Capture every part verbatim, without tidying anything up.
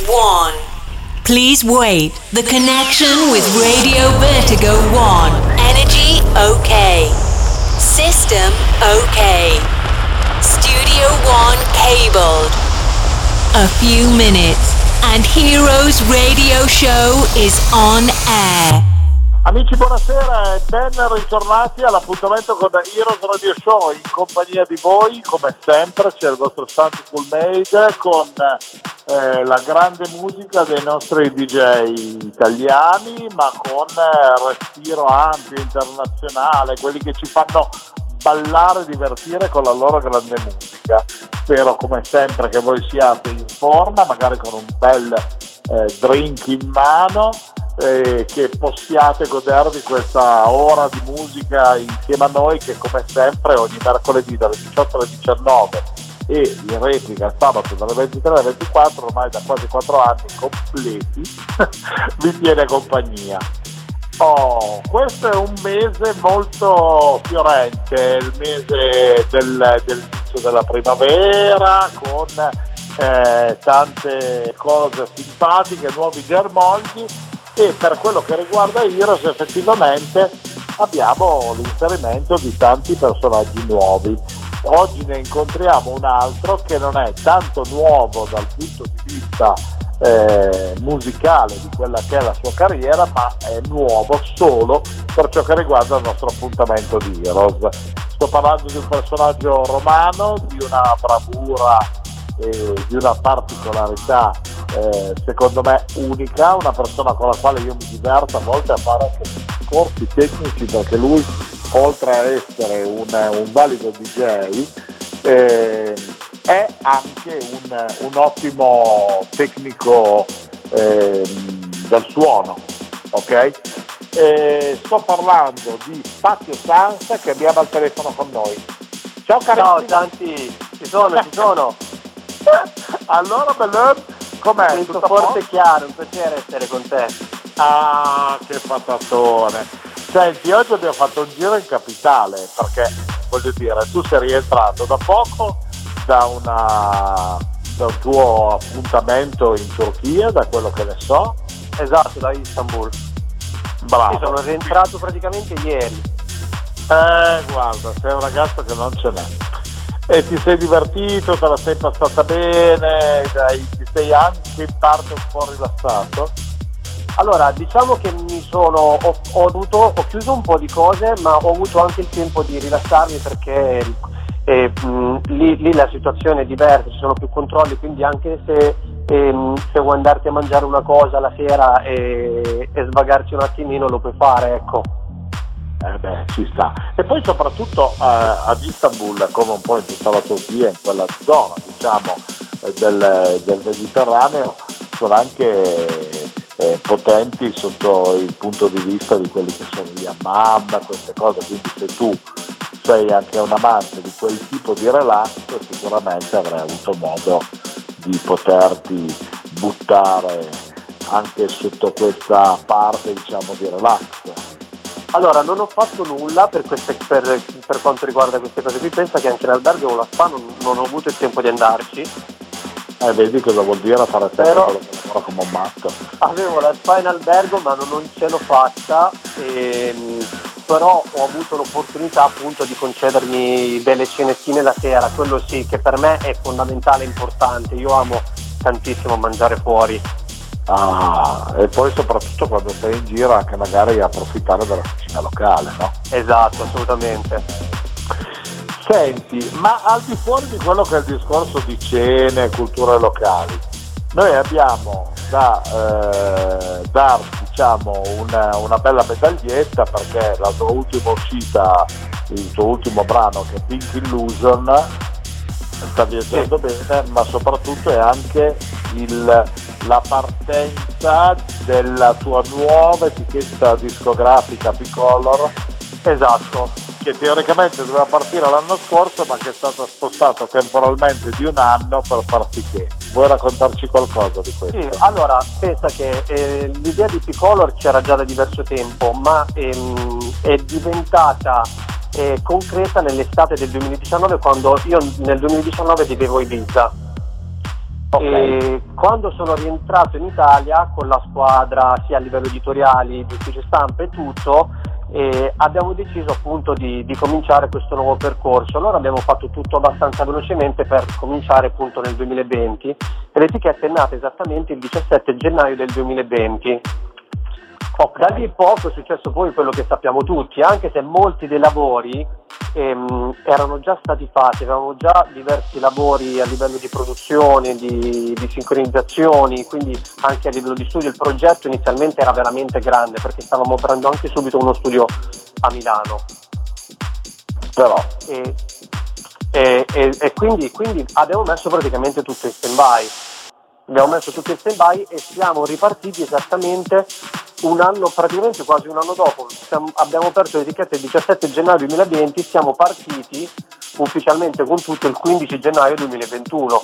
one. Please wait. The connection with Radio Vertigo one. Energy okay. System okay. Studio one cabled. A few minutes and Heroes Radio Show is on air. Amici, buonasera e ben ritornati all'appuntamento con Heroes Radio Show. In compagnia di voi, come sempre, c'è il vostro Santi Coolmade con eh, la grande musica dei nostri D J italiani, ma con eh, respiro ampio, internazionale, quelli che ci fanno ballare e divertire con la loro grande musica. Spero, come sempre, che voi siate in forma, magari con un bel eh, drink in mano, Eh, che possiate godervi questa ora di musica insieme a noi, che come sempre ogni mercoledì dalle diciotto alle diciannove e in replica il sabato dalle ventitré alle ventiquattro, ormai da quasi quattro anni completi, vi tiene compagnia. Oh, questo è un mese molto fiorente, il mese del, dell'inizio della primavera, con eh, tante cose simpatiche, nuovi germogli. E per quello che riguarda Heroes, effettivamente abbiamo l'inserimento di tanti personaggi nuovi. Oggi ne incontriamo un altro che non è tanto nuovo dal punto di vista eh, musicale di quella che è la sua carriera, ma è nuovo solo per ciò che riguarda il nostro appuntamento di Heroes. Sto parlando di un personaggio romano, di una bravura e di una particolarità eh, secondo me unica, una persona con la quale io mi diverto a volte a fare anche corsi tecnici, perché lui, oltre a essere un, un valido D J, eh, è anche un, un ottimo tecnico eh, del suono, ok? Eh, sto parlando di Fazio Sansa, che abbiamo al telefono con noi. Ciao carissimo. Ciao Santi, ci sono, ci sono. Allora, Belen, com'è? Tutto forte e chiaro, un piacere essere con te. Ah, che patatone. Senti, oggi abbiamo fatto un giro in capitale, perché, voglio dire, tu sei rientrato da poco da, una, da un tuo appuntamento in Turchia, da quello che ne so. Esatto, da Istanbul. Bravo. Sì, sono rientrato praticamente ieri. Eh, guarda, sei un ragazzo che non ce n'è. E ti sei divertito, te la sei passata bene, dai, ti sei anche in parte un po' rilassato? Allora, diciamo che mi sono, ho, ho, avuto, ho chiuso un po' di cose, ma ho avuto anche il tempo di rilassarmi, perché eh, mh, lì, lì la situazione è diversa, ci sono più controlli, quindi anche se, eh, se vuoi andarti a mangiare una cosa la sera e, e svagarci un attimino, lo puoi fare, ecco. Eh beh, ci sta. E poi soprattutto eh, ad Istanbul, come un po' in tutta la Turchia, in quella zona, diciamo, eh, del, del Mediterraneo, sono anche eh, potenti sotto il punto di vista di quelli che sono gli hammam, queste cose, quindi se tu sei anche un amante di quel tipo di relax, sicuramente avrai avuto modo di poterti buttare anche sotto questa parte, diciamo, di relax. Allora, non ho fatto nulla per, queste, per, per quanto riguarda queste cose qui, pensa che anche l'albergo con la spa non, non ho avuto il tempo di andarci. Eh, vedi cosa vuol dire fare sempre Però, quello che lavora come un matto. Avevo la spa in albergo, ma non, non ce l'ho fatta, e, però ho avuto l'opportunità appunto di concedermi delle cenettine la sera, quello sì, che per me è fondamentale e importante. Io amo tantissimo mangiare fuori. Ah, e poi soprattutto quando sei in giro anche magari approfittare della cucina locale, no? Esatto, assolutamente. Senti, ma al di fuori di quello che è il discorso di cene, culture locali, noi abbiamo da eh, darti, diciamo, una, una bella medaglietta, perché la tua ultima uscita, il tuo ultimo brano, che è Pink Illusion, sta viaggiando bene, ma soprattutto è anche il la partenza della tua nuova etichetta discografica P-Color. Esatto. Che teoricamente doveva partire l'anno scorso, ma che è stata spostata temporalmente di un anno per far sì che. Vuoi raccontarci qualcosa di questo? Sì, allora, pensa che eh, l'idea di P-Color c'era già da diverso tempo, ma ehm, è diventata eh, concreta nell'estate del duemiladiciannove, quando io nel duemiladiciannove vivevo a Ibiza. Okay. E quando sono rientrato in Italia con la squadra, sia a livello editoriali, di ufficio stampa e tutto, e abbiamo deciso appunto di, di cominciare questo nuovo percorso. Allora abbiamo fatto tutto abbastanza velocemente per cominciare appunto nel duemilaventi, e l'etichetta è nata esattamente il diciassette gennaio del duemilaventi. Okay. Da lì poco è successo poi quello che sappiamo tutti, anche se molti dei lavori ehm, erano già stati fatti, avevamo già diversi lavori a livello di produzione, di, di sincronizzazioni, quindi anche a livello di studio. Il progetto inizialmente era veramente grande perché stavamo aprendo anche subito uno studio a Milano. Però. E, e, e, e quindi, quindi abbiamo messo praticamente tutto in stand-by. Abbiamo messo tutto in stand-by e siamo ripartiti esattamente un anno, praticamente quasi un anno dopo. Siamo, abbiamo aperto l'etichetta il diciassette gennaio duemilaventi, siamo partiti ufficialmente con tutto il quindici gennaio duemilaventuno.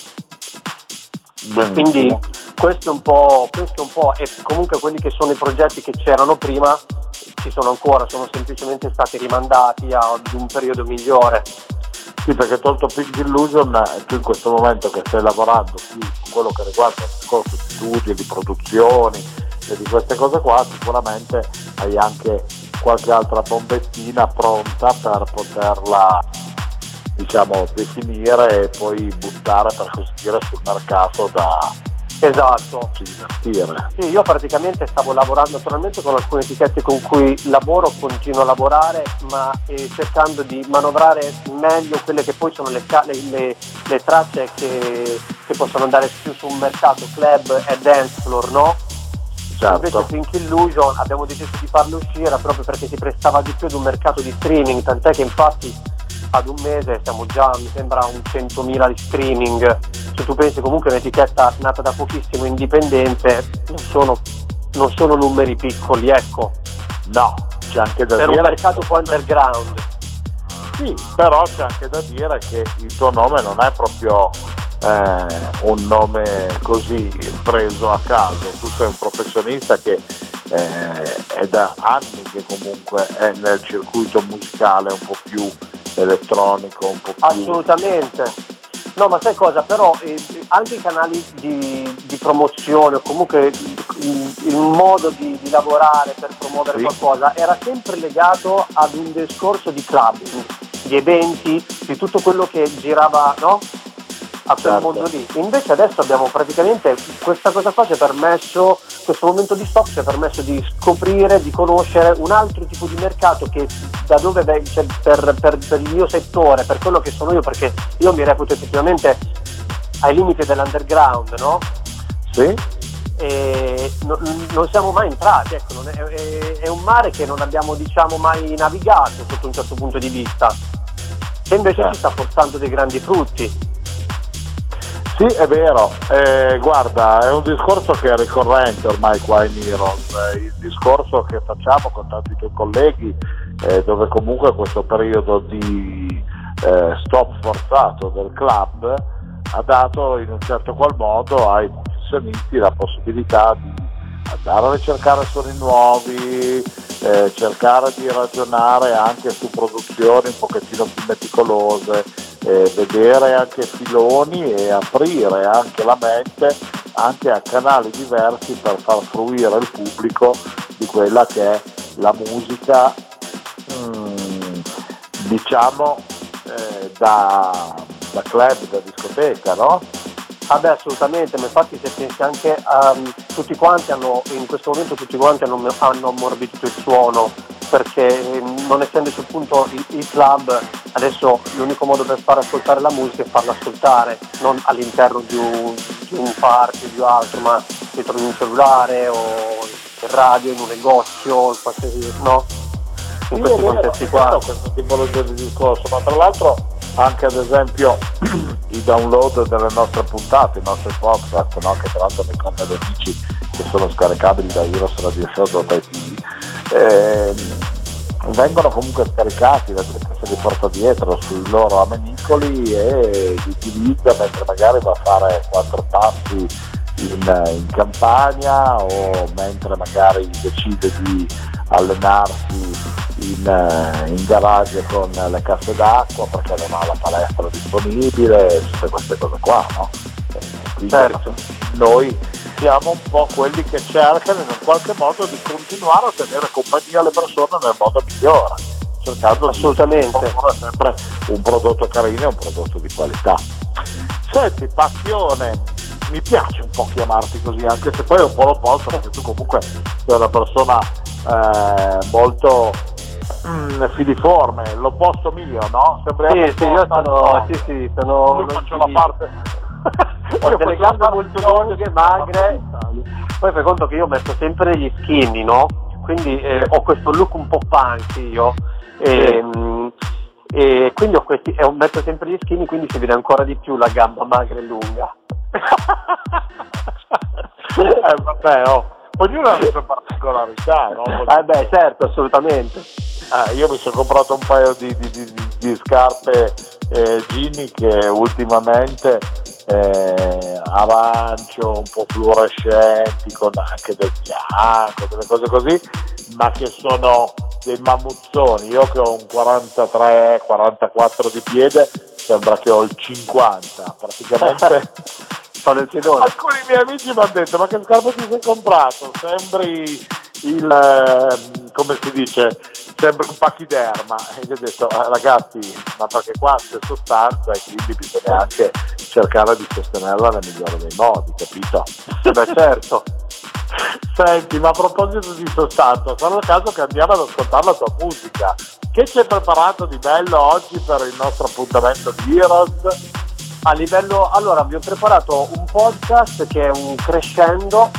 Benissimo. Quindi questo è un po', questo è un po', e comunque quelli che sono i progetti che c'erano prima ci sono ancora, sono semplicemente stati rimandati ad un periodo migliore. Sì, perché tolto Pink Illusion, tu in questo momento che stai lavorando più su quello che riguarda il discorso di studio, di produzioni e di queste cose qua, sicuramente hai anche qualche altra bombettina pronta per poterla, diciamo, definire e poi buttare, per così dire, sul mercato da esatto divertire. Sì, io praticamente stavo lavorando naturalmente con alcune etichette con cui lavoro, continuo a lavorare, ma eh, cercando di manovrare meglio quelle che poi sono le, le, le, le tracce che, che possono andare più su un mercato club e dance floor, no? Certo. Invece Pink Illusion abbiamo deciso di farlo uscire proprio perché si prestava di più ad un mercato di streaming, tant'è che infatti ad un mese siamo già, mi sembra, un centomila di streaming. Se tu pensi comunque un'etichetta nata da pochissimo, indipendente, non sono, non sono numeri piccoli, ecco. No, c'è anche da per dire... un mercato un po' underground. Sì, però c'è anche da dire che il tuo nome non è proprio eh, un nome così preso a caso. Tu sei un professionista che eh, è da anni che comunque è nel circuito musicale un po' più elettronico, un po' più... Assolutamente. No, ma sai cosa? Però eh, anche i canali di, di promozione o comunque il, il modo di, di lavorare per promuovere sì. qualcosa era sempre legato ad un discorso di clubbing, di eventi, di tutto quello che girava, no? A quel certo. mondo lì. Invece adesso abbiamo praticamente questa cosa qua ci ha permesso, questo momento di stop ci ha permesso di scoprire, di conoscere un altro tipo di mercato che da dove cioè, per, per, per il mio settore, per quello che sono io, perché io mi reputo effettivamente ai limiti dell'underground, no? Sì. E no, non siamo mai entrati, ecco, non è, è, è un mare che non abbiamo, diciamo, mai navigato sotto un certo punto di vista, che invece certo. ci sta portando dei grandi frutti. Sì, è vero, eh, guarda, è un discorso che è ricorrente ormai qua in Heroes, eh, il discorso che facciamo con tanti tuoi colleghi, eh, dove comunque questo periodo di eh, stop forzato del club ha dato in un certo qual modo ai professionisti la possibilità di andare a ricercare suoni nuovi, eh, cercare di ragionare anche su produzioni un pochettino più meticolose, eh, vedere anche filoni e aprire anche la mente anche a canali diversi per far fruire il pubblico di quella che è la musica, mm, diciamo eh, da, da club, da discoteca, no? Ah beh, assolutamente, ma infatti se pensi anche um, tutti quanti hanno, in questo momento tutti quanti hanno, hanno ammorbidito il suono, perché non essendoci appunto il, il club, adesso l'unico modo per far ascoltare la musica è farla ascoltare, non all'interno di un, di un party o di altro, ma dietro in un cellulare o in radio, in un negozio, qualsiasi, no? In sì, questi contesti qua. Questa tipologia di discorso, ma tra l'altro anche ad esempio i download delle nostre puntate, i nostri podcast, no? Che tra l'altro mi conta gli amici che sono scaricabili da heroes radio show punto it, eh, vengono comunque scaricati, la gente se li porta dietro sui loro amenicoli e li utilizza mentre magari va a fare quattro passi in, in campagna o mentre magari decide di allenarsi in, in garage con le casse d'acqua perché non ha la palestra disponibile, tutte queste cose qua, no? quindi certo. Noi siamo un po' quelli che cercano in un qualche modo di continuare a tenere compagnia alle persone nel modo migliore, cercando assolutamente di proporre sempre un prodotto carino e un prodotto di qualità. Senti, Passione, mi piace un po' chiamarti così, anche se poi è un po' l'opposto, perché tu comunque sei una persona eh, molto mm, filiforme, l'opposto mio, no? Sembriamo sì, sì, io sono, sì, sì, sono io faccio la parte ho delle gambe molto lunghe, magre, poi fai conto che io metto sempre gli skinny, no? Quindi eh, ho questo look un po' punk io, e, mh, e quindi ho questi, e metto sempre gli skinny, quindi si vede ancora di più la gamba magra e lunga. eh vabbè, oh, ognuno ha le sue particolarità, no? Eh beh, certo, assolutamente. Ah, io mi sono comprato un paio di, di, di, di scarpe eh, Gini che ultimamente eh, arancio, un po' fluorescenti, con anche del bianco, delle cose così, ma che sono dei mammuzzoni. Io che ho un quarantatré quarantaquattro di piede, sembra che ho il cinquanta, praticamente. Sono il piedone. Alcuni miei amici mi hanno detto: ma che scarpe ti sei comprato? Sembri il, eh, come si dice, sembra un pachiderma. E gli ho detto: eh, ragazzi, ma perché qua c'è sostanza e quindi bisogna anche cercare di sostenerla nel migliore dei modi, capito? Beh, certo. Senti, ma a proposito di sostanza, sarà il caso che andiamo ad ascoltare la tua musica. Che ci hai preparato di bello oggi per il nostro appuntamento di Heroes? A livello, allora vi ho preparato un podcast che è un crescendo,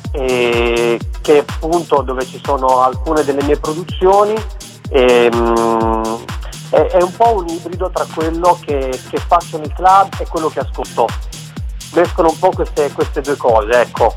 e che appunto dove ci sono alcune delle mie produzioni, e, um, è, è un po' un ibrido tra quello che, che faccio nei club e quello che ascolto. Mescono un po' queste, queste due cose, ecco.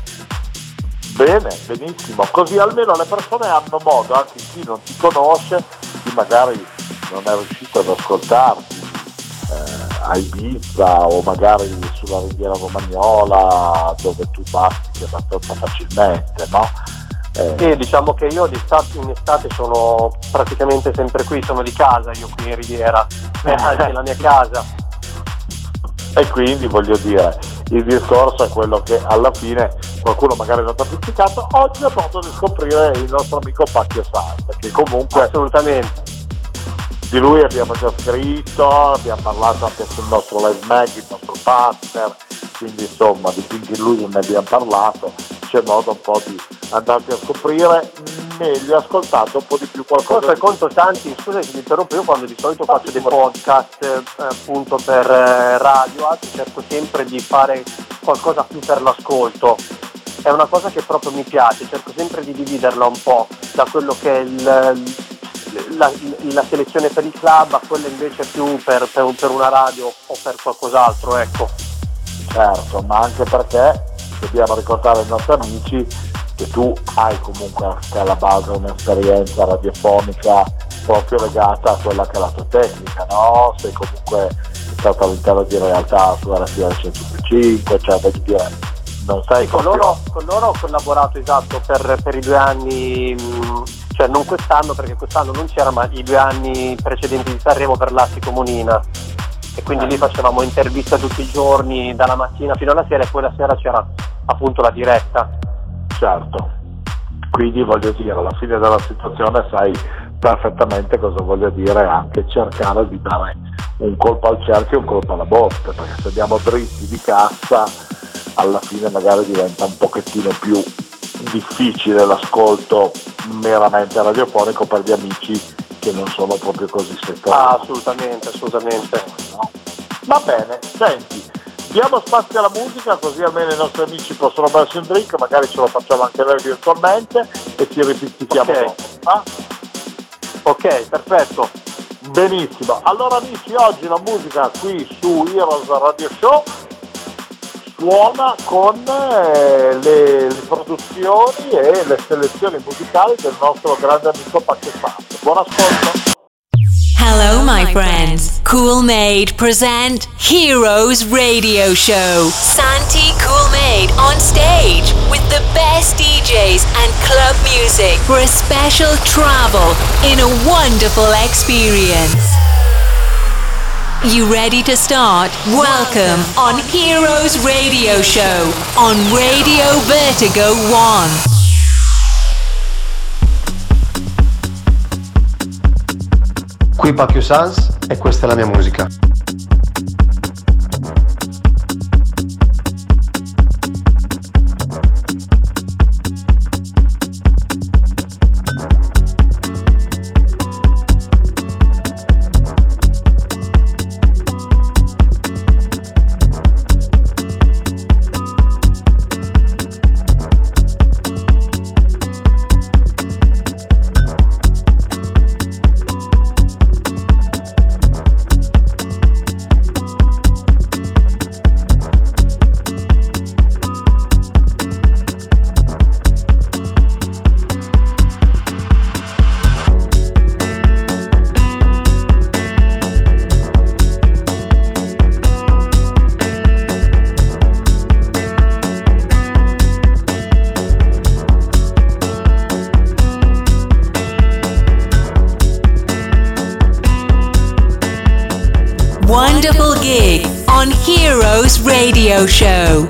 Bene, benissimo, così almeno le persone hanno modo, anche chi non ti conosce, chi magari non è riuscito ad ascoltarti eh, a Ibiza o magari sulla Riviera Romagnola, dove tu basti abbastanza facilmente, no? Eh. Sì, diciamo che io d'estate, in estate sono praticamente sempre qui, sono di casa io qui in Riviera, è anche la mia casa. E quindi voglio dire, il discorso è quello che alla fine qualcuno magari non ti ha pizzicato, oggi ho modo di scoprire il nostro amico Pacchio Santa, che comunque assolutamente di lui abbiamo già scritto, abbiamo parlato anche sul nostro live mag, il nostro partner, quindi insomma di Pinky lui ne abbiamo parlato, c'è modo un po' di andarti a scoprire meglio, ascoltando un po' di più qualcosa. Poi per conto Santi, scusa se mi interrompo, io quando di solito faccio dei podcast eh, appunto per eh, radio, altri, cerco sempre di fare qualcosa più per l'ascolto. È una cosa che proprio mi piace, cerco sempre di dividerla un po' da quello che è il, la, la selezione per il club a quella invece più per, per, per una radio o per qualcos'altro, ecco. Certo, ma anche perché dobbiamo ricordare ai nostri amici che tu hai comunque anche alla base un'esperienza radiofonica proprio legata a quella che è la tua tecnica, no? Sei comunque stato all'interno di realtà su R T L centocinque, cioè voglio dire, non sei con loro, con loro ho collaborato, esatto, per, per i due anni, cioè non quest'anno perché quest'anno non c'era, ma i due anni precedenti di Sanremo per l'Assi Comunina, e quindi lì facevamo intervista tutti i giorni dalla mattina fino alla sera, e poi la sera c'era appunto la diretta. Certo, quindi voglio dire, alla fine della situazione sai perfettamente cosa voglio dire, anche cercare di dare un colpo al cerchio e un colpo alla botte, perché se andiamo dritti di cassa alla fine magari diventa un pochettino più difficile l'ascolto meramente radiofonico per gli amici che non sono proprio così settori. Ah, assolutamente, assolutamente. No? Va bene, senti, diamo spazio alla musica così almeno i nostri amici possono bersi un drink, magari ce lo facciamo anche noi virtualmente e ci ripetiamo okay. dopo. Ah? Ok, perfetto. Benissimo, allora amici, oggi la musica qui su Heroes Radio Show suona con eh, le, le produzioni e le selezioni musicali del nostro grande amico Pacchio Santa. Buon ascolto. Hello, my friends. Cool-Made present Heroes Radio Show. Santi Cool-Made on stage with the best D Js and club music for a special travel in a wonderful experience. You ready to start? Welcome on Heroes Radio Show on Radio Vertigo One. Qui Pacchio Sans e questa è la mia musica. Wonderful gig on Heroes Radio Show.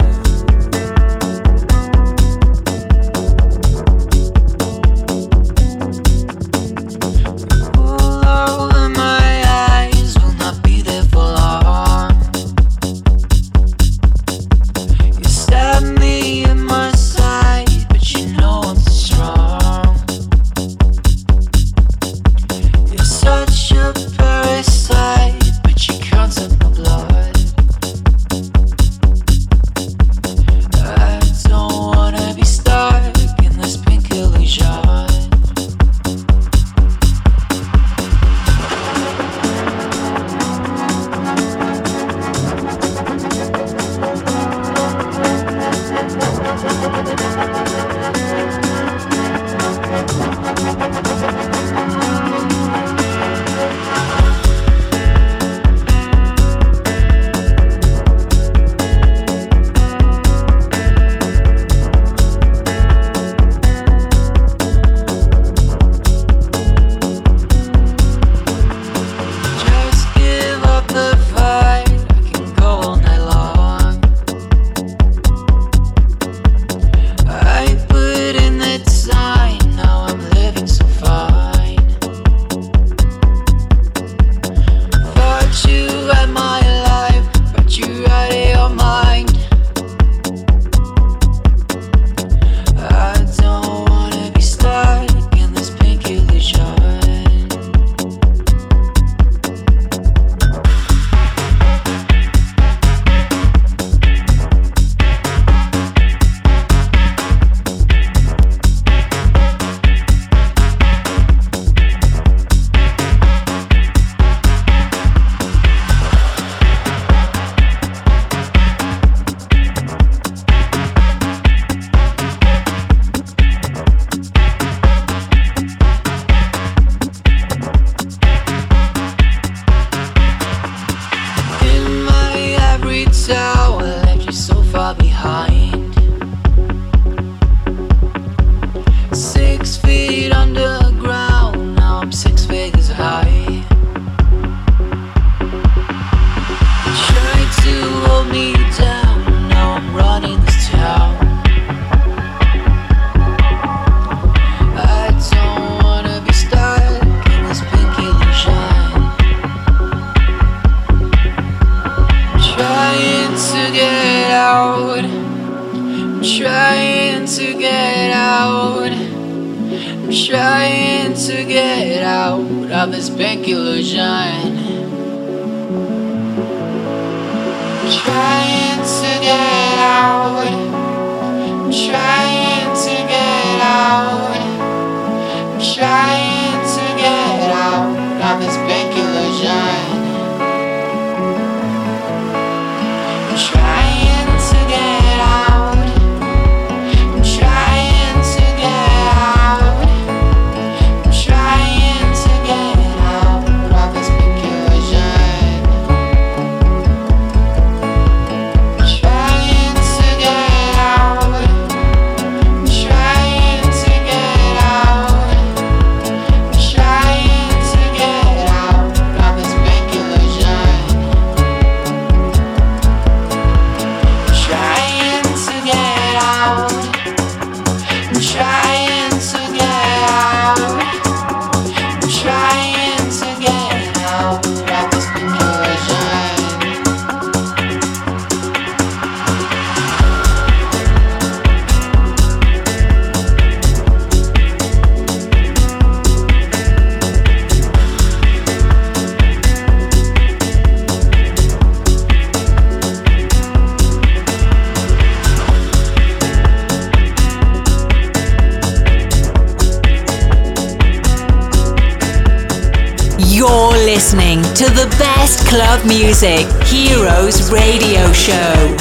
You're listening to the best club music, Heroes Radio Show.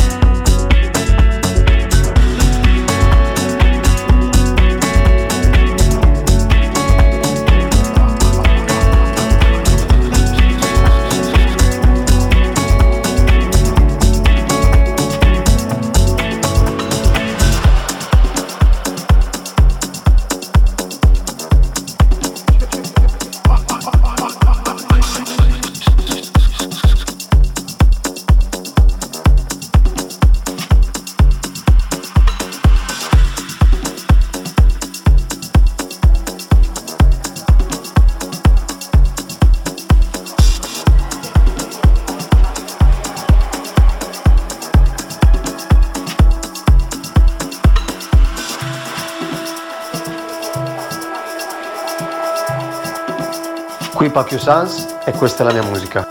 Qui Pacchio Sans e questa è la mia musica.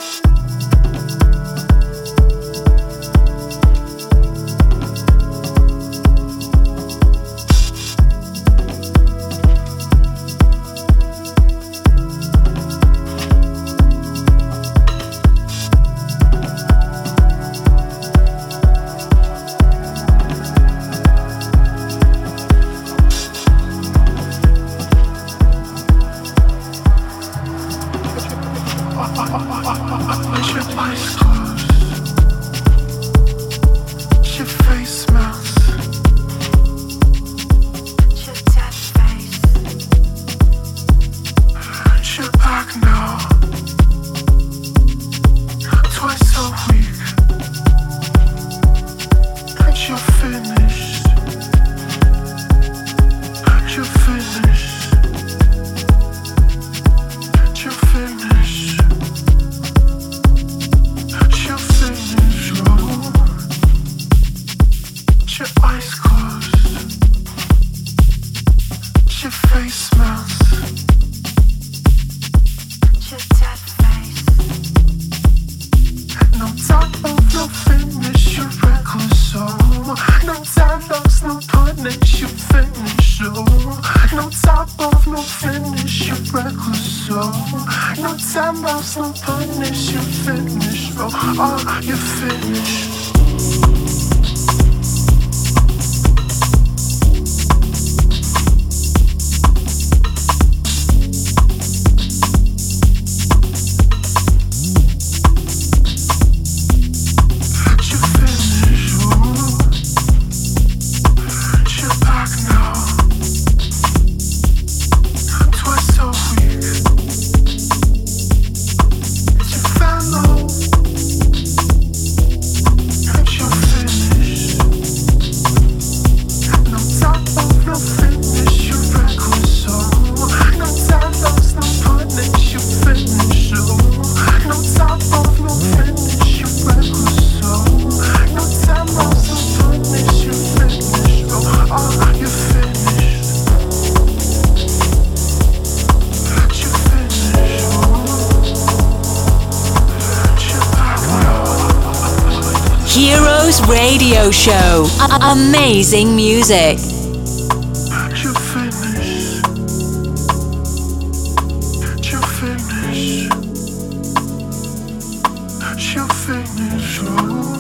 Radio Show. A- amazing music. You finish. You finish. You finish. Oh.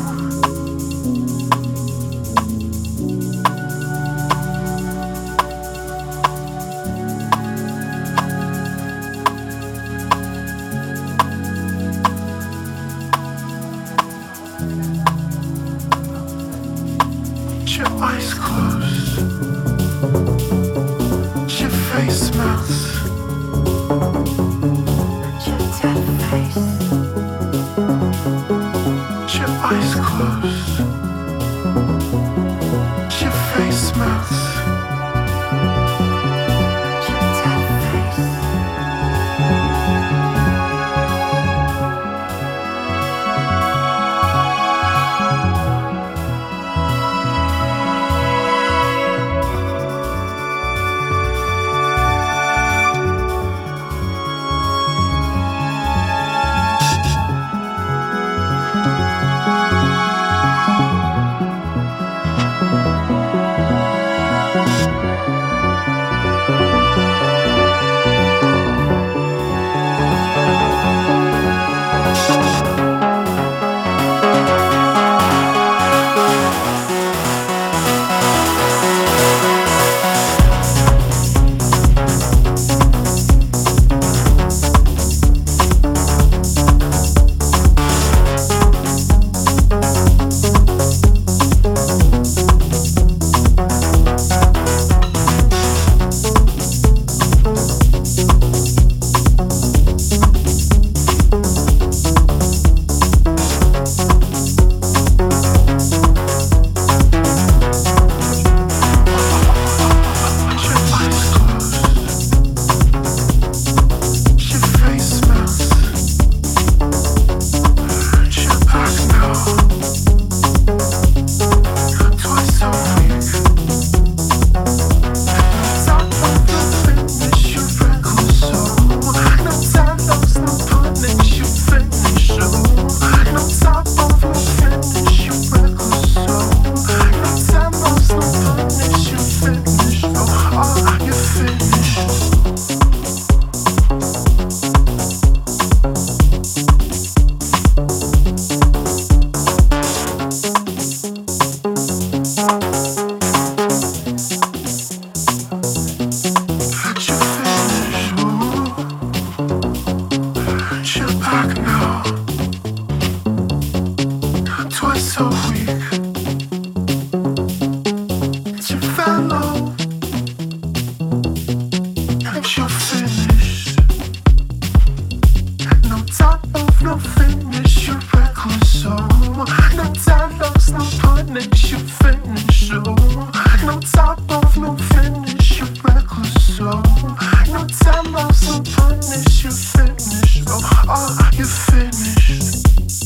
let you finish. Oh, no top off, no finish. You reckless, so no time loss, no punish. You finish. Oh, oh, you finished.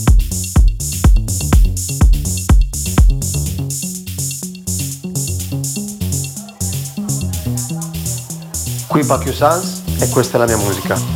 Qui Bacchio Sans e questa è la mia musica.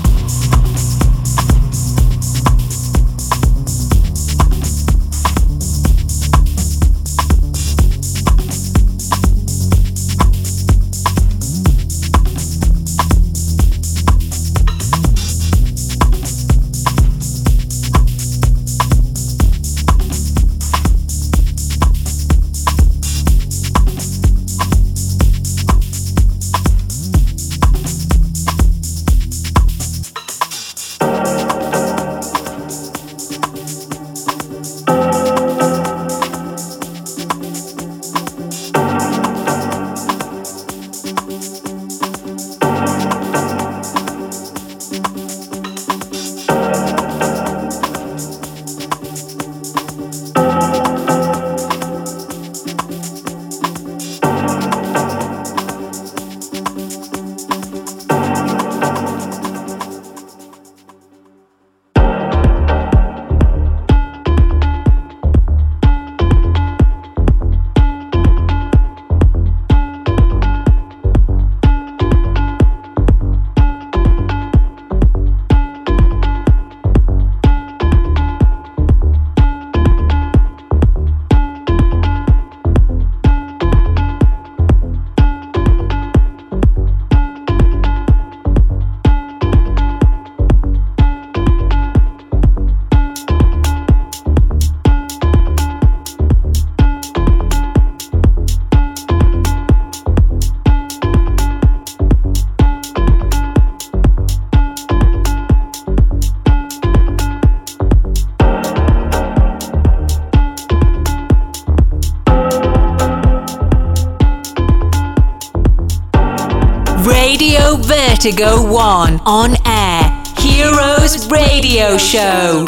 Radio Vertigo One on air. Heroes Radio Show.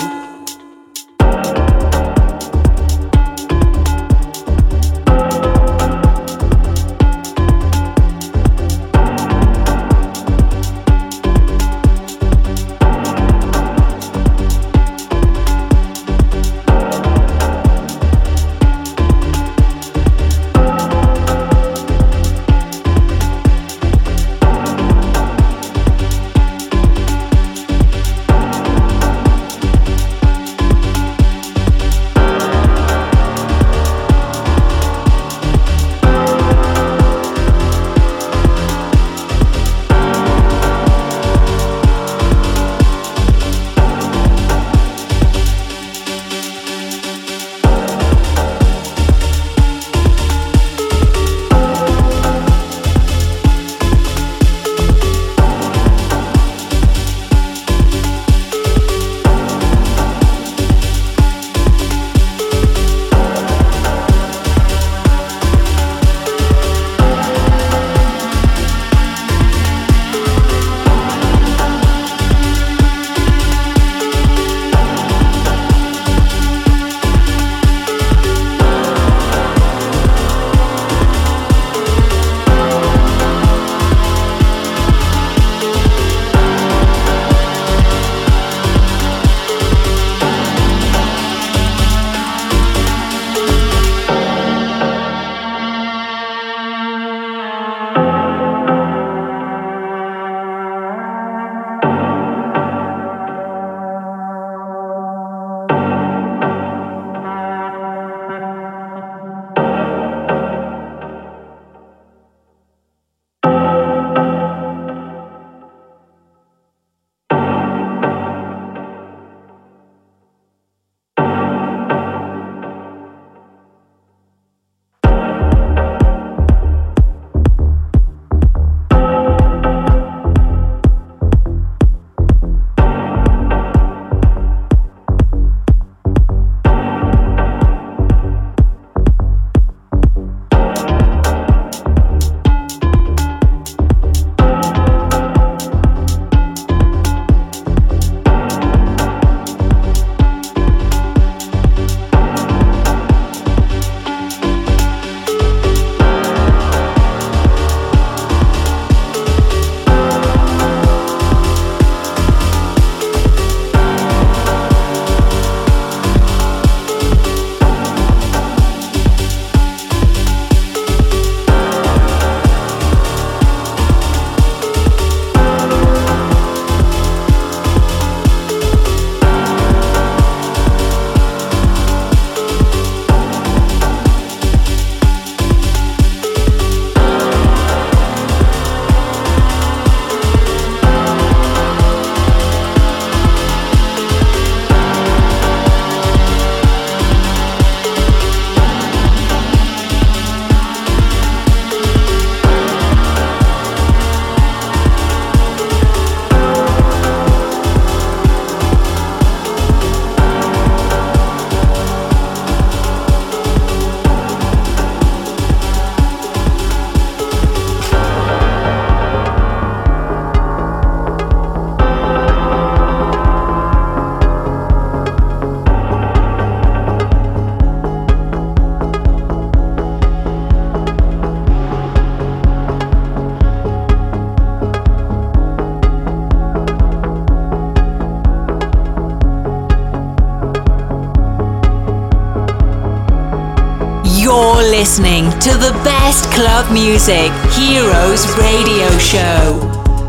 listening to the best club music, Heroes Radio Show.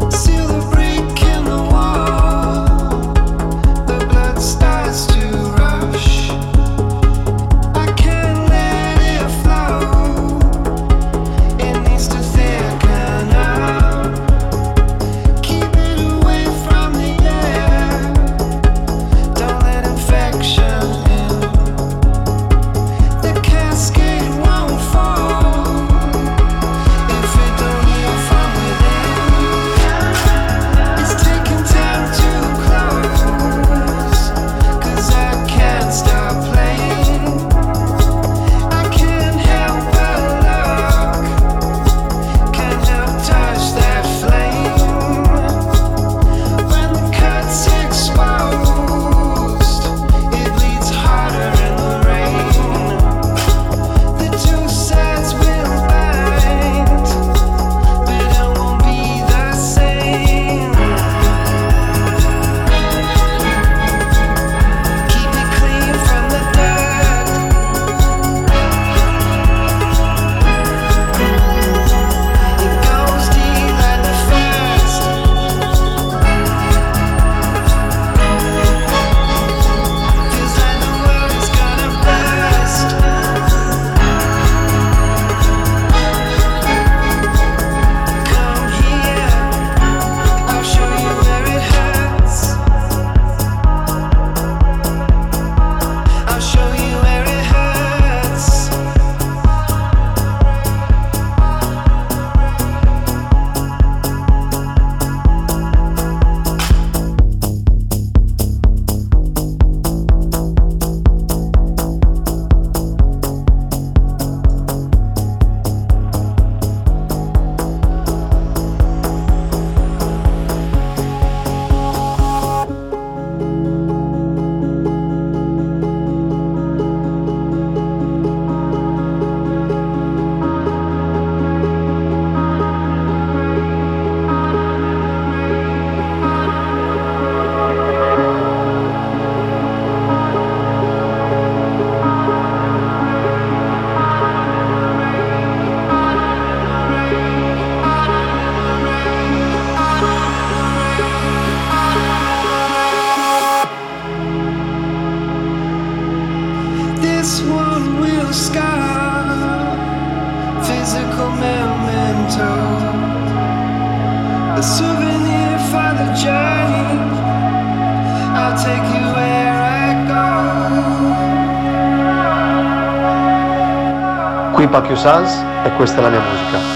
Qui Pacquiao Sans e questa è la mia musica.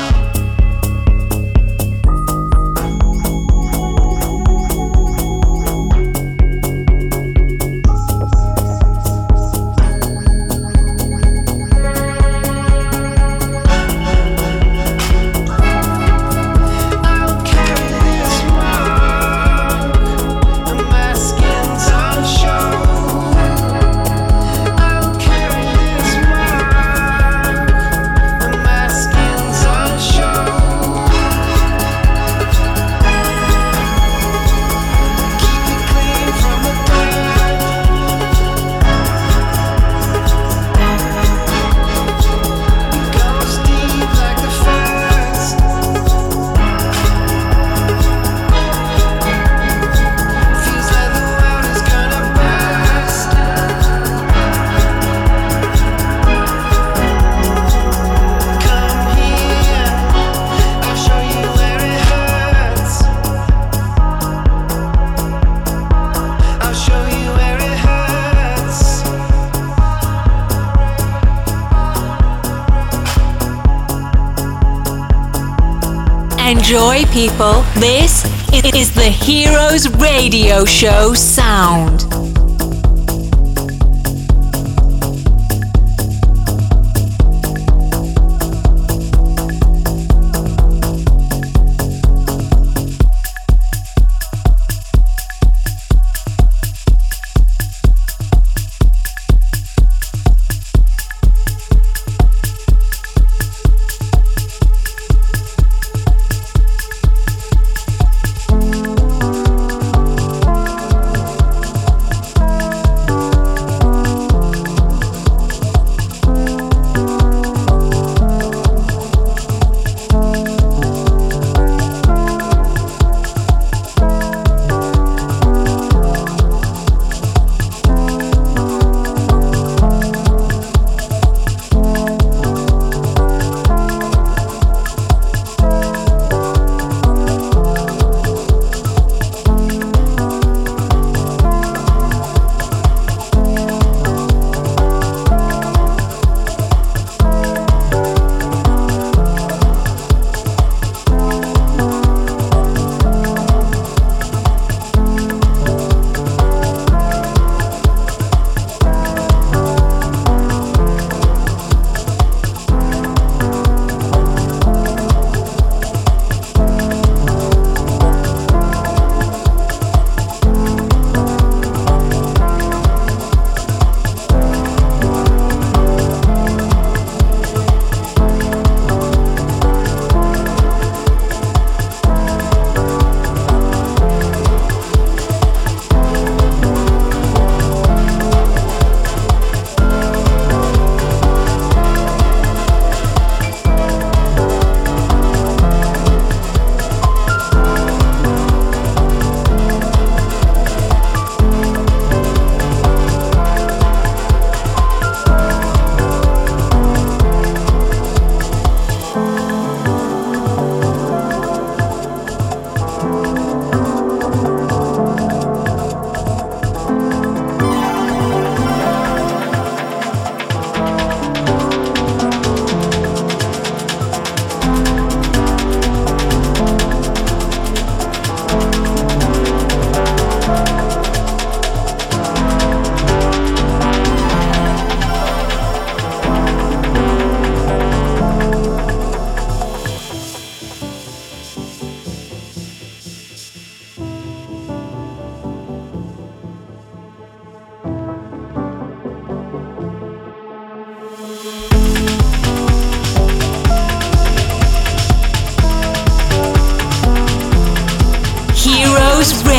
Enjoy, people. This is the Heroes Radio Show sound.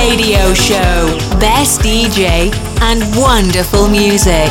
Radio Show. Best D J and wonderful music.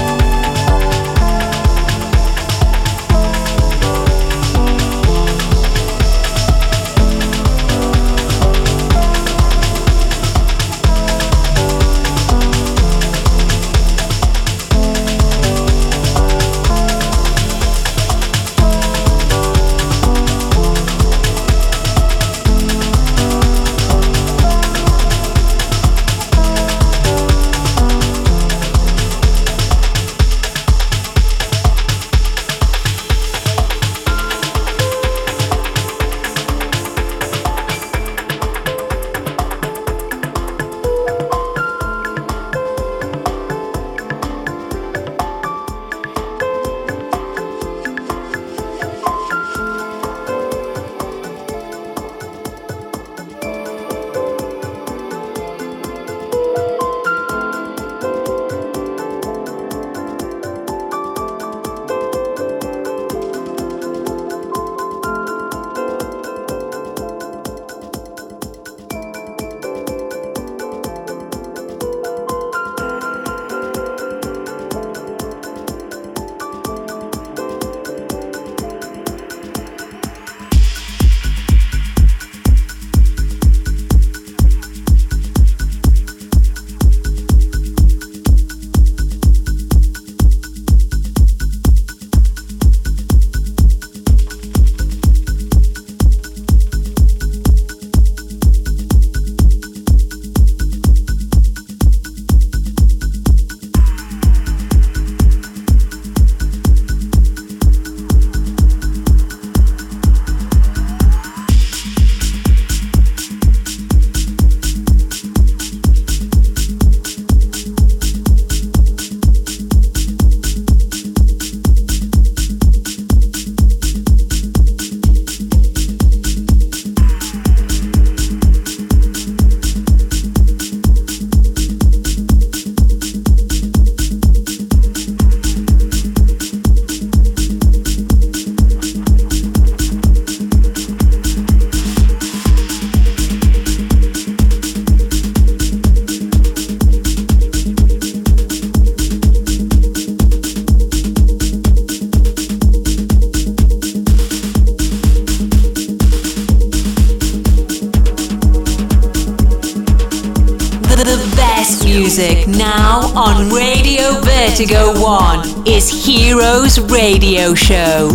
Music now on Radio Vertigo One is Heroes Radio Show.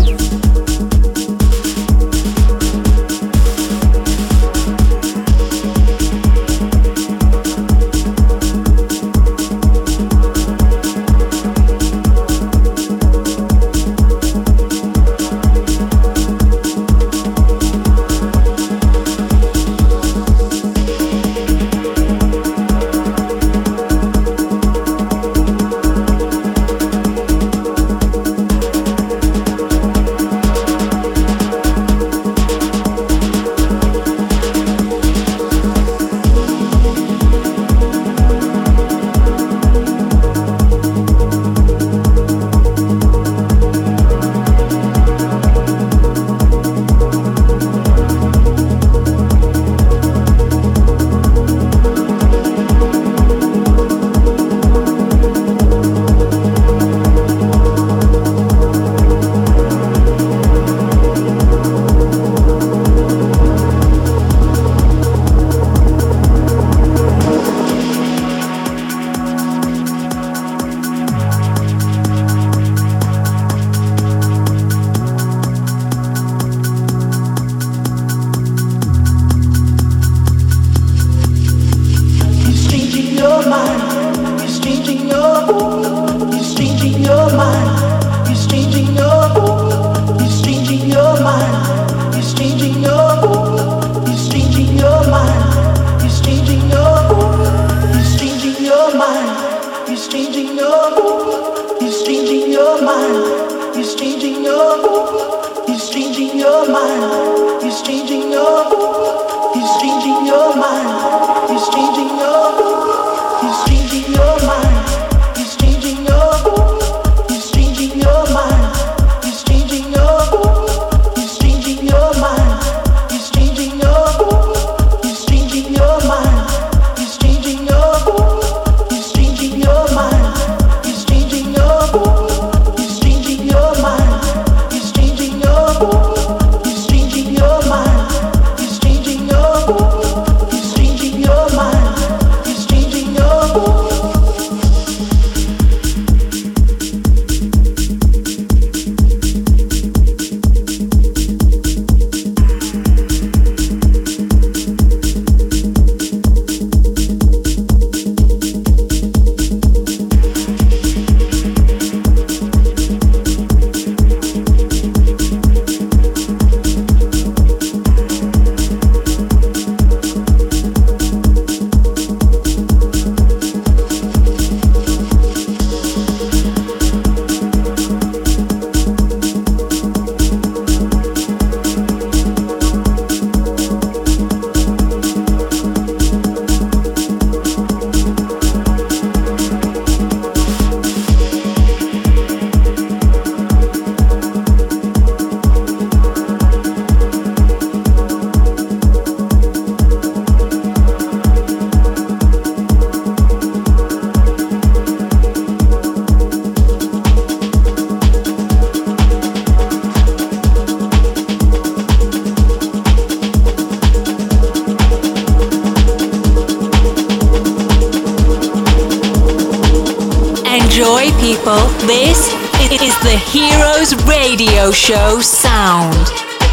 the Heroes Radio Show sound.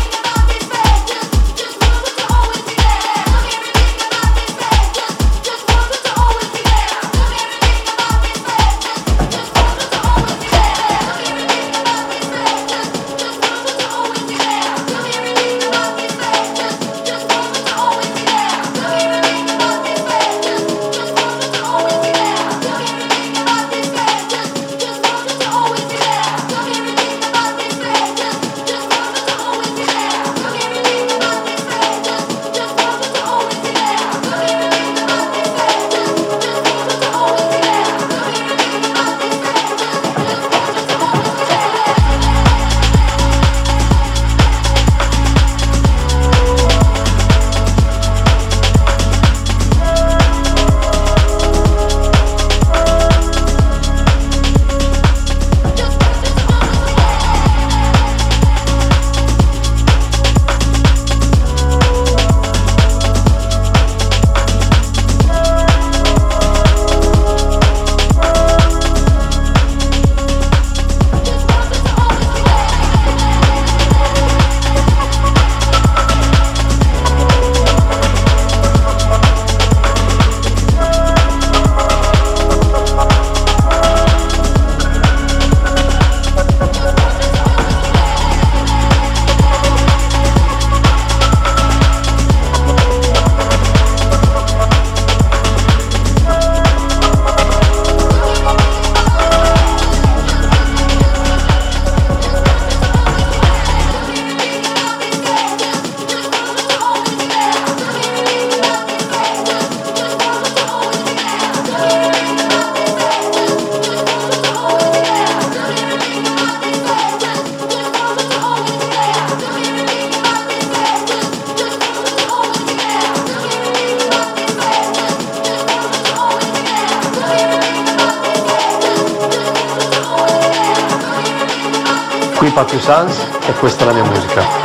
Qui Papiu Sans e questa è la mia musica.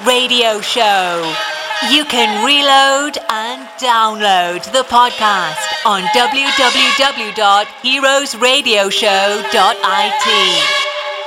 Radio Show. You can reload and download the podcast on w w w dot heroes radio show dot i t.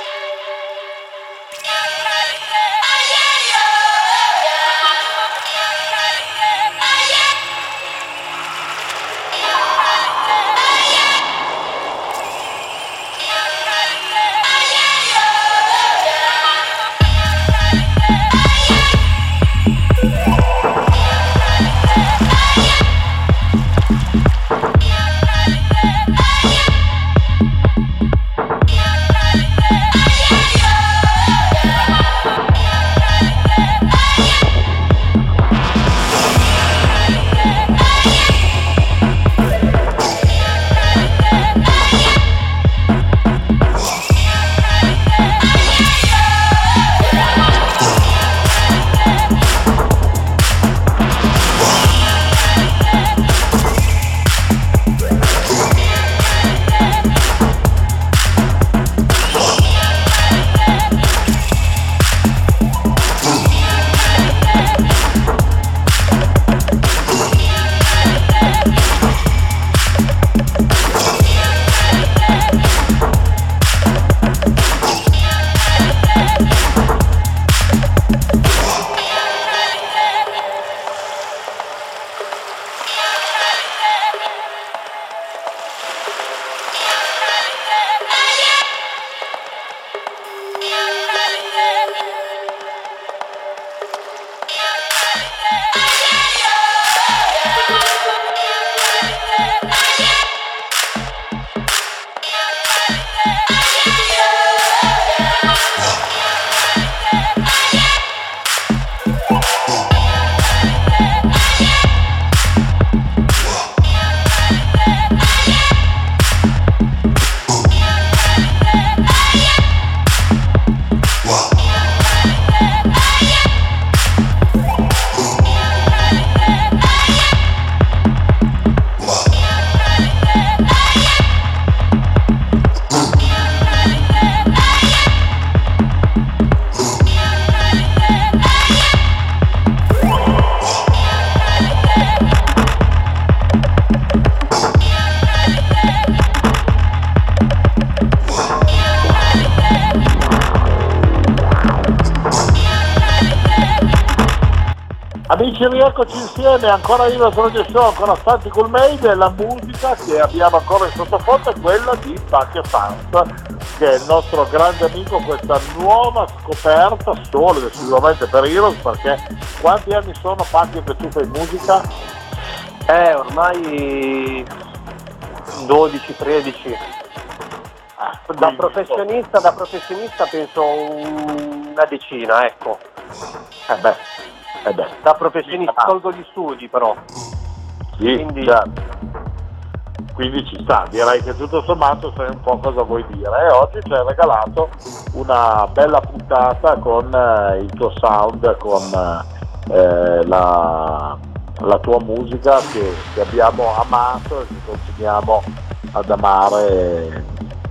Amici, rieccoci insieme, ancora Heroes Radio Show, ancora Santi Cool Made, e la musica che abbiamo ancora in sottofondo è quella di Pacchio Sans, che è il nostro grande amico, questa nuova scoperta solo ed esclusivamente per Heroes, perché quanti anni sono, Pacchio, che tu fai musica? Eh, ormai dodici tredici. Ah, da professionista, da professionista penso una decina, ecco. Eh beh. Eh beh. Da professionista, tolgo gli studi però. Sì, quindi... certo. Quindi ci sta, direi che tutto sommato sai un po' cosa vuoi dire. E oggi ci hai regalato una bella puntata con eh, il tuo sound, con eh, la, la tua musica che, che abbiamo amato e che continuiamo ad amare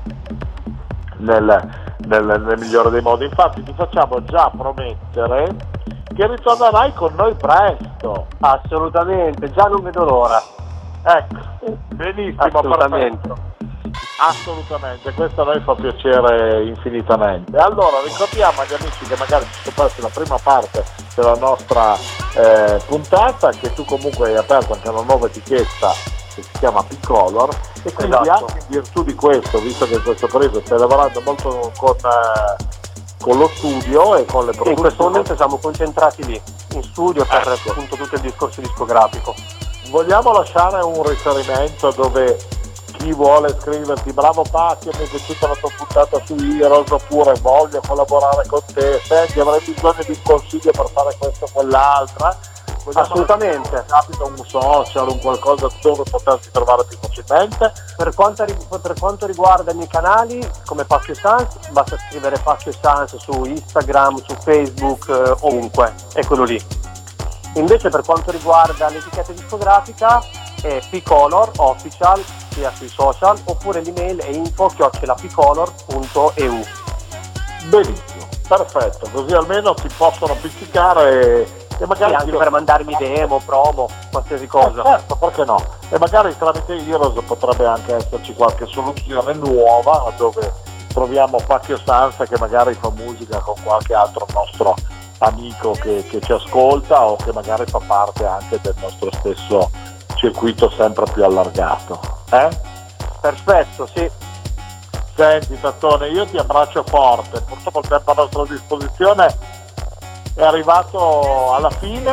nel, nel, nel migliore dei modi. Infatti ti facciamo già promettere che ritornerai con noi presto. Assolutamente, già non vedo l'ora. Ecco, benissimo, assolutamente. Perfetto. Assolutamente, questo a noi fa piacere infinitamente. Allora ricordiamo agli amici che magari ci sono persi la prima parte della nostra eh, puntata, che tu comunque hai aperto anche una nuova etichetta che si chiama P-Color, e quindi esatto. Anche in virtù di questo, visto che in questo periodo stai lavorando molto con eh, con lo studio e con le produzioni. In questo momento siamo concentrati lì, in studio, per ecco. appunto tutto il discorso discografico. Vogliamo lasciare un riferimento dove chi vuole scriverti: bravo Pacchio, mi è piaciuta la tua puntata su Heroes, oppure voglio collaborare con te, senti avrei bisogno di un consiglio per fare questo o quell'altra? Vogliamo Assolutamente. Capita un social, un qualcosa dove potersi trovare più facilmente? Per quanto, per quanto riguarda i miei canali, come Pacchio Sans, basta scrivere Pacchio Sans su Instagram, su Facebook, eh, ovunque, è quello lì. Invece per quanto riguarda l'etichetta discografica è P-Color Official, sia sui social, oppure l'email è info chiocciola p color punto e u. Benissimo. Perfetto, così almeno ti possono pizzicare e, e magari... Sì, anche per mandarmi demo, promo, qualsiasi cosa. Eh, certo, perché no? E magari tramite Heroes potrebbe anche esserci qualche soluzione nuova dove troviamo Pacchio Sansa che magari fa musica con qualche altro nostro amico che, che ci ascolta o che magari fa parte anche del nostro stesso circuito sempre più allargato. Eh? Perfetto, sì. Senti Tattone, io ti abbraccio forte, purtroppo il tempo a nostra disposizione è arrivato alla fine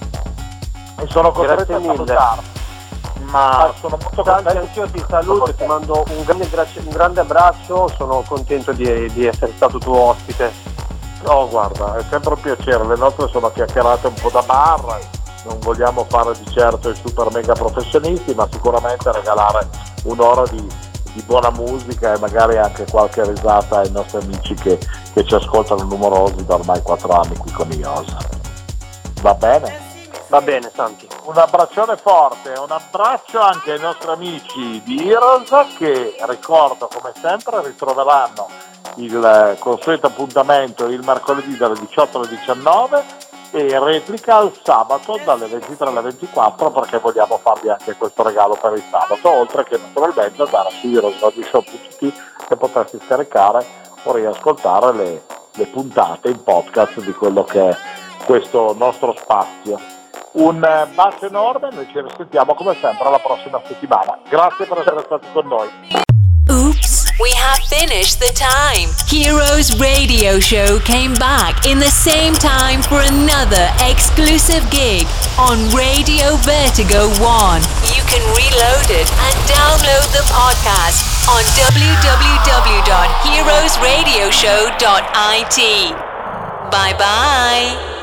e sono costretto a salutarti, ma sono molto contento. Anch'io ti saluto, ti mando un grande, un grande abbraccio, sono contento di, di essere stato tuo ospite. Oh guarda, è sempre un piacere, le nostre sono chiacchierate un po' da bar, non vogliamo fare di certo i super mega professionisti, ma sicuramente regalare un'ora di di buona musica e magari anche qualche risata ai nostri amici che, che ci ascoltano numerosi da ormai quattro anni qui con I O S. Va bene? Va bene, Santi. Un abbraccione forte, un abbraccio anche ai nostri amici di Heroes che, ricordo come sempre, ritroveranno il consueto appuntamento il mercoledì dalle diciotto alle diciannove e replica il sabato dalle ventitré alle ventiquattro, perché vogliamo farvi anche questo regalo per il sabato, oltre che naturalmente andare su heroes radio show punto it e potersi scaricare o riascoltare le, le puntate in podcast di quello che è questo nostro spazio. Un bacio enorme, noi ci risentiamo come sempre la prossima settimana. Grazie per essere stati con noi. Oops, we have finished the time. Heroes Radio Show came back in the same time for another exclusive gig on Radio Vertigo One. You can reload it and download the podcast on w w w dot heroes radio show dot i t. Bye bye.